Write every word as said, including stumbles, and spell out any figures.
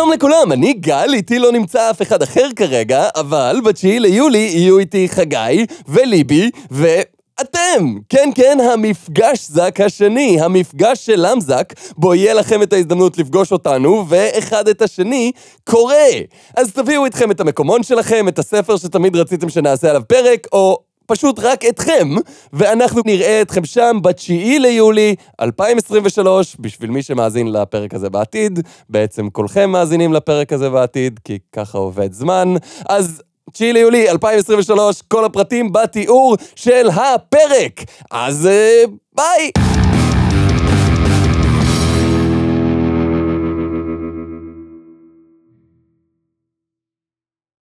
שלום לכולם, אני גל, איתי לא נמצא אף אחד אחר כרגע, אבל בתשיעי ליולי יהיו איתי חגי וליבי ואתם. כן, כן, המפגש זק השני, המפגש של למזק, בו יהיה לכם את ההזדמנות לפגוש אותנו, ואחד את השני קורא. אז תביאו איתכם את המקומון שלכם, את הספר שתמיד רציתם שנעשה עליו פרק, או פשוט רק אתכם, ואנחנו נראה אתכם שם בתשיעי ליולי אלפיים עשרים ושלוש, בשביל מי שמאזין לפרק הזה בעתיד, בעצם כולכם מאזינים לפרק הזה בעתיד, כי ככה עובד זמן, אז תשיעי ליולי אלפיים עשרים ושלוש, כל הפרטים בתיאור של הפרק, אז ביי!